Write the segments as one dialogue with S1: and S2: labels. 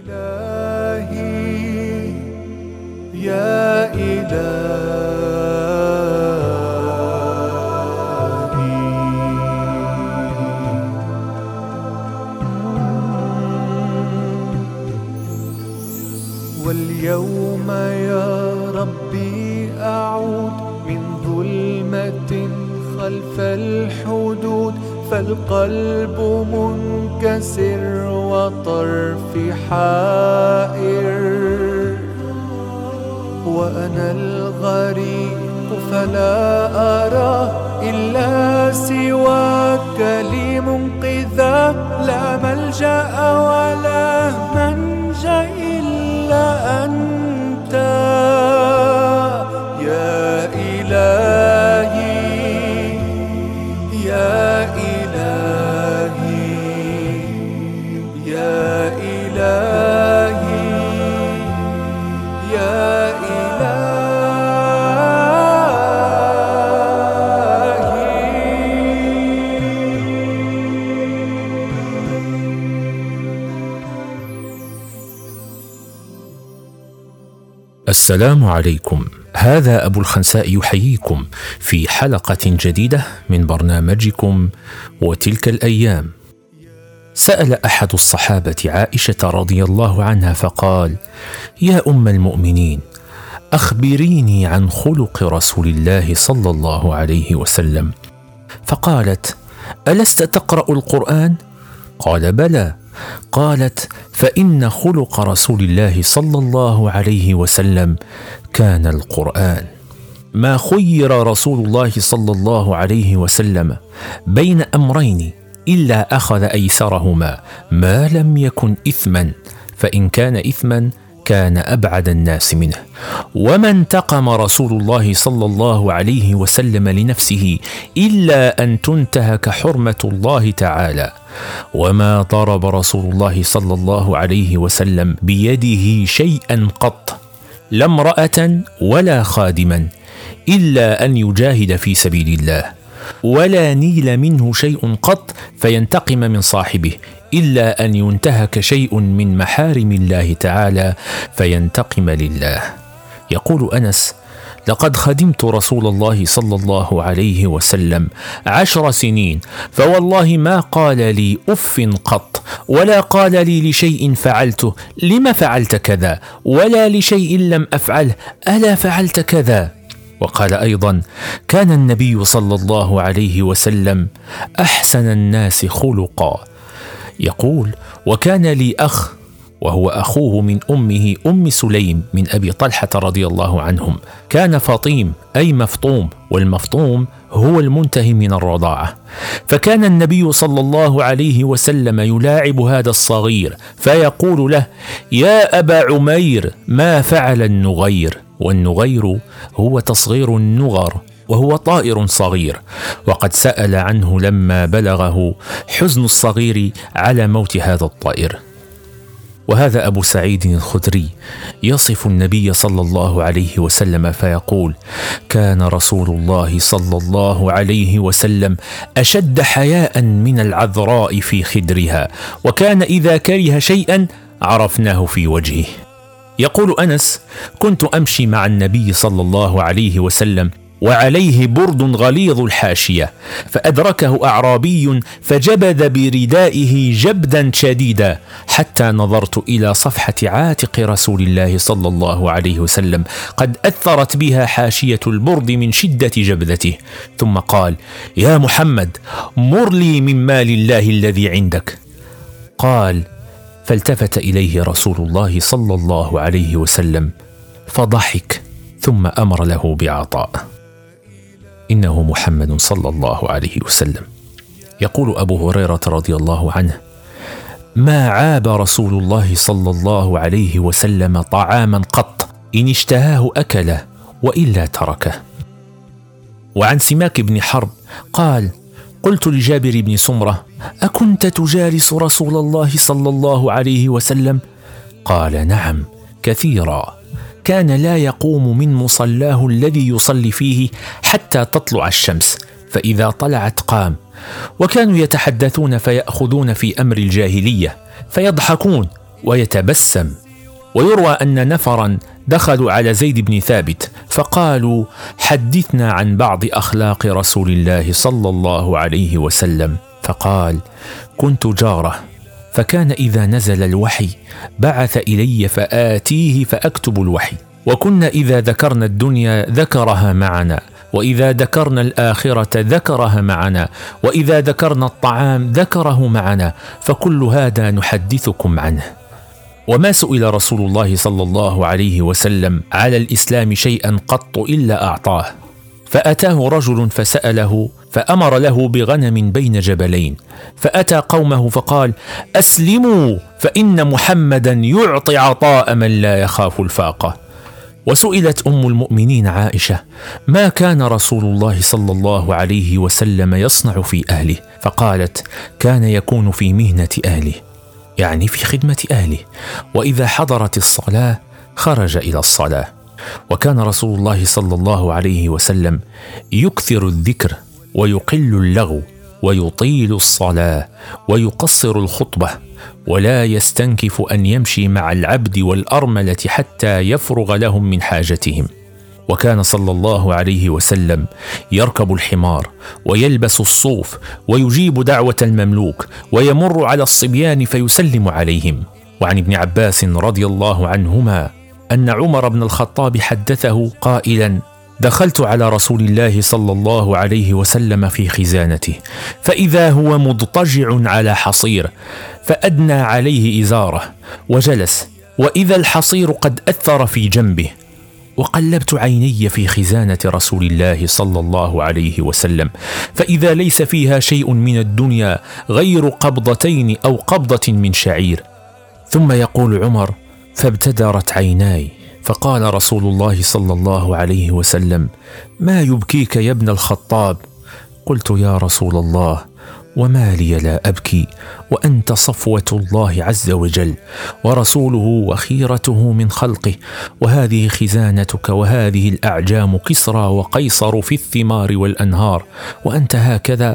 S1: إلهي يا إلهي واليوم يا ربي أعود من ظلمة خلف الحدود، فالقلب منكسر وطرفي حائر، وأنا الغريق فلا أرى إلا سواك لي منقذا، لا ملجأ ولا منجا إلا أنت يا إلهي يا إلهي يا إلهي يا
S2: السلام عليكم. هذا أبو الخنساء يحييكم في حلقة جديدة من برنامجكم وتلك الأيام. سأل أحد الصحابة عائشة رضي الله عنها فقال: يا أم المؤمنين، أخبريني عن خلق رسول الله صلى الله عليه وسلم. فقالت: ألست تقرأ القرآن؟ قال: بلى. قالت: فإن خلق رسول الله صلى الله عليه وسلم كان القرآن. ما خير رسول الله صلى الله عليه وسلم بين أمرين إلا أخذ أيسرهما ما لم يكن إثما، فإن كان إثما كان أبعد الناس منه. وما انتقم رسول الله صلى الله عليه وسلم لنفسه إلا أن تنتهك حرمة الله تعالى. وما ضرب رسول الله صلى الله عليه وسلم بيده شيئا قط، لا امرأة ولا خادما، إلا أن يجاهد في سبيل الله، ولا نيل منه شيء قط فينتقم من صاحبه، إلا أن ينتهك شيء من محارم الله تعالى فينتقم لله. يقول أنس: لقد خدمت رسول الله صلى الله عليه وسلم 10 سنين، فوالله ما قال لي أف قط، ولا قال لي لشيء فعلته لما فعلت كذا، ولا لشيء لم أفعله ألا فعلت كذا. وقال أيضا: كان النبي صلى الله عليه وسلم أحسن الناس خلقا. يقول: وكان لي أخ، وهو أخوه من أمه أم سليم من أبي طلحة رضي الله عنهم، كان فطيم أي مفطوم، والمفطوم هو المنتهي من الرضاعة. فكان النبي صلى الله عليه وسلم يلاعب هذا الصغير فيقول له: يا أبا عمير، ما فعل النغير؟ والنغير هو تصغير النغر، وهو طائر صغير. وقد سأل عنه لما بلغه حزن الصغير على موت هذا الطائر. وهذا أبو سعيد الخدري يصف النبي صلى الله عليه وسلم فيقول: كان رسول الله صلى الله عليه وسلم أشد حياء من العذراء في خدرها، وكان إذا كره شيئا عرفناه في وجهه. يقول أنس: كنت أمشي مع النبي صلى الله عليه وسلم وعليه برد غليظ الحاشية، فأدركه أعرابي فجبذ بردائه جبدا شديدا، حتى نظرت إلى صفحة عاتق رسول الله صلى الله عليه وسلم قد أثرت بها حاشية البرد من شدة جبذته، ثم قال: يا محمد، مر لي من مال الله الذي عندك. قال: فالتفت إليه رسول الله صلى الله عليه وسلم فضحك، ثم أمر له بعطاء. إنه محمد صلى الله عليه وسلم. يقول أبو هريرة رضي الله عنه: ما عاب رسول الله صلى الله عليه وسلم طعاما قط، إن اشتهاه أكله وإلا تركه. وعن سماك بن حرب قال: قلت لجابر بن سمرة: أكنت تجالس رسول الله صلى الله عليه وسلم؟ قال: نعم كثيرا، كان لا يقوم من مصلاه الذي يصلي فيه حتى تطلع الشمس، فإذا طلعت قام. وكانوا يتحدثون فيأخذون في أمر الجاهلية فيضحكون، ويتبسم. ويروى أن نفرا دخلوا على زيد بن ثابت فقالوا: حدثنا عن بعض أخلاق رسول الله صلى الله عليه وسلم. فقال: كنت جاره، فكان إذا نزل الوحي بعث إلي فآتيه فأكتب الوحي، وكنا إذا ذكرنا الدنيا ذكرها معنا، وإذا ذكرنا الآخرة ذكرها معنا، وإذا ذكرنا الطعام ذكره معنا، فكل هذا نحدثكم عنه. وما سئل رسول الله صلى الله عليه وسلم على الإسلام شيئا قط إلا أعطاه. فأتاه رجل فسأله فأمر له بغنم بين جبلين، فأتى قومه فقال: أسلموا فإن محمدا يعطي عطاء من لا يخاف الفاقة. وسئلت أم المؤمنين عائشة: ما كان رسول الله صلى الله عليه وسلم يصنع في أهله؟ فقالت: كان يكون في مهنة أهله، يعني في خدمة أهله، وإذا حضرت الصلاة خرج إلى الصلاة. وكان رسول الله صلى الله عليه وسلم يكثر الذكر ويقل اللغو ويطيل الصلاة ويقصر الخطبة، ولا يستنكف أن يمشي مع العبد والأرملة حتى يفرغ لهم من حاجتهم. وكان صلى الله عليه وسلم يركب الحمار ويلبس الصوف ويجيب دعوة المملوك ويمر على الصبيان فيسلم عليهم. وعن ابن عباس رضي الله عنهما أن عمر بن الخطاب حدثه قائلا: دخلت على رسول الله صلى الله عليه وسلم في خزانته، فإذا هو مضطجع على حصير، فأدنى عليه إزاره وجلس، وإذا الحصير قد أثر في جنبه. وقلبت عيني في خزانة رسول الله صلى الله عليه وسلم، فإذا ليس فيها شيء من الدنيا غير قبضتين أو قبضة من شعير. ثم يقول عمر: فابتدرت عيناي، فقال رسول الله صلى الله عليه وسلم: ما يبكيك يا ابن الخطاب؟ قلت: يا رسول الله، وما لي لا أبكي وأنت صفوة الله عز وجل ورسوله وخيرته من خلقه، وهذه خزانتك، وهذه الأعجام كسرى وقيصر في الثمار والأنهار، وأنت هكذا.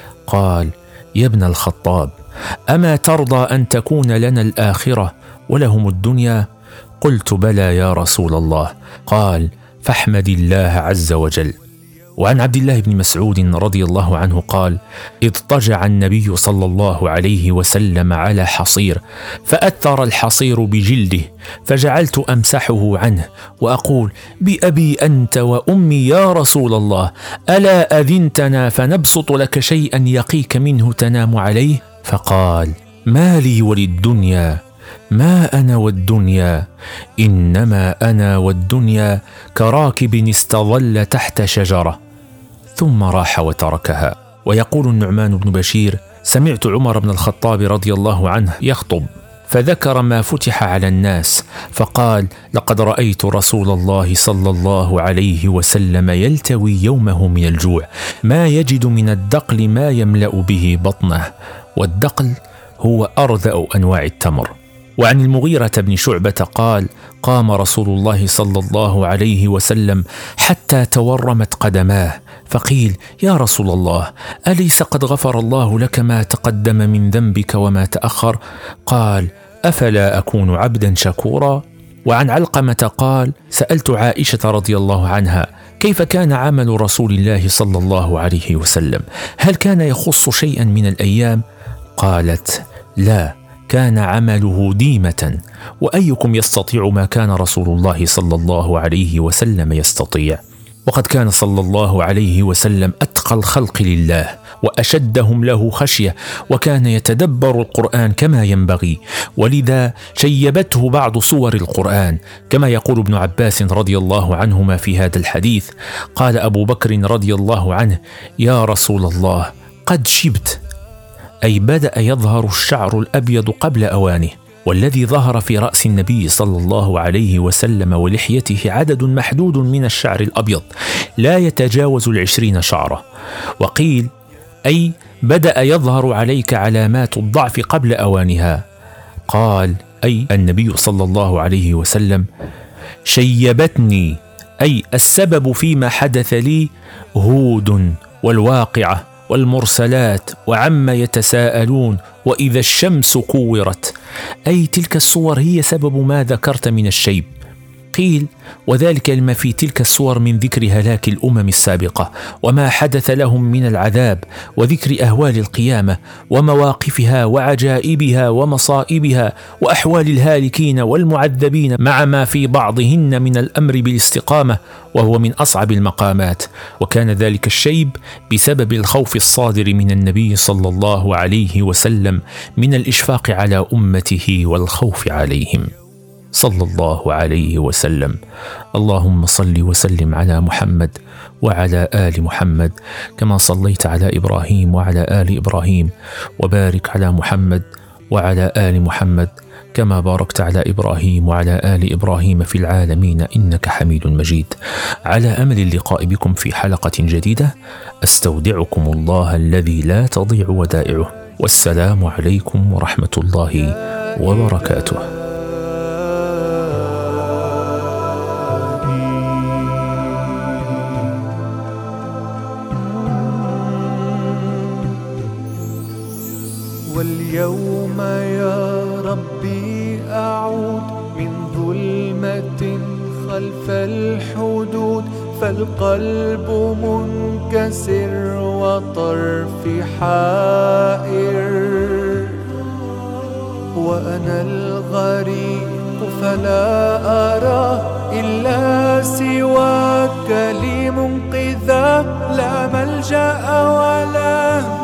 S2: قال: يا ابن الخطاب، أما ترضى أن تكون لنا الآخرة ولهم الدنيا؟ قلت: بلى يا رسول الله. قال: فاحمد الله عز وجل. وعن عبد الله بن مسعود رضي الله عنه قال: اضطجع النبي صلى الله عليه وسلم على حصير، فأثر الحصير بجلده، فجعلت أمسحه عنه وأقول: بأبي أنت وأمي يا رسول الله، ألا أذنتنا فنبسط لك شيئا يقيك منه تنام عليه؟ فقال: ما لي وللدنيا، ما أنا والدنيا، إنما أنا والدنيا كراكب استظل تحت شجرة، ثم راح وتركها. ويقول النعمان بن بشير: سمعت عمر بن الخطاب رضي الله عنه يخطب، فذكر ما فتح على الناس، فقال: لقد رأيت رسول الله صلى الله عليه وسلم يلتوي يومه من الجوع، ما يجد من الدقل ما يملأ به بطنه، والدقل هو أرذأ أنواع التمر. وعن المغيرة بن شعبة قال: قام رسول الله صلى الله عليه وسلم حتى تورمت قدماه، فقيل: يا رسول الله، أليس قد غفر الله لك ما تقدم من ذنبك وما تأخر؟ قال: أفلا أكون عبدا شكورا؟ وعن علقمة قال: سألت عائشة رضي الله عنها: كيف كان عمل رسول الله صلى الله عليه وسلم؟ هل كان يخص شيئا من الأيام؟ قالت: لا، كان عمله ديمة، وأيكم يستطيع ما كان رسول الله صلى الله عليه وسلم يستطيع؟ وقد كان صلى الله عليه وسلم أتقى الخلق لله وأشدهم له خشية، وكان يتدبر القرآن كما ينبغي، ولذا شيبته بعض سور القرآن، كما يقول ابن عباس رضي الله عنهما في هذا الحديث. قال أبو بكر رضي الله عنه: يا رسول الله، قد شبت، أي بدأ يظهر الشعر الأبيض قبل أوانه، والذي ظهر في رأس النبي صلى الله عليه وسلم ولحيته عدد محدود من الشعر الأبيض لا يتجاوز 20 شعرة. وقيل: أي بدأ يظهر عليك علامات الضعف قبل أوانها. قال: أي النبي صلى الله عليه وسلم: شيبتني، أي السبب فيما حدث لي، هود والواقعة والمرسلات وعما يتساءلون وإذا الشمس كورت، أي تلك الصور هي سبب ما ذكرت من الشيب. قيل: وذلك لما في تلك الصور من ذكر هلاك الأمم السابقة وما حدث لهم من العذاب، وذكر أهوال القيامة ومواقفها وعجائبها ومصائبها وأحوال الهالكين والمعذبين، مع ما في بعضهن من الأمر بالاستقامة، وهو من أصعب المقامات. وكان ذلك الشيب بسبب الخوف الصادر من النبي صلى الله عليه وسلم من الإشفاق على أمته والخوف عليهم صلى الله عليه وسلم. اللهم صل وسلم على محمد وعلى آل محمد كما صليت على إبراهيم وعلى آل إبراهيم، وبارك على محمد وعلى آل محمد كما باركت على إبراهيم وعلى آل إبراهيم في العالمين إنك حميد مجيد. على أمل اللقاء بكم في حلقة جديدة، أستودعكم الله الذي لا تضيع ودائعه، والسلام عليكم ورحمة الله وبركاته.
S1: واليوم يا ربي أعود من ظلمة خلف الحدود، فالقلب منكسر وطرفي حائر، وأنا الغريق فلا أرى إلا سواك لي منقذا، لا ملجأ ولا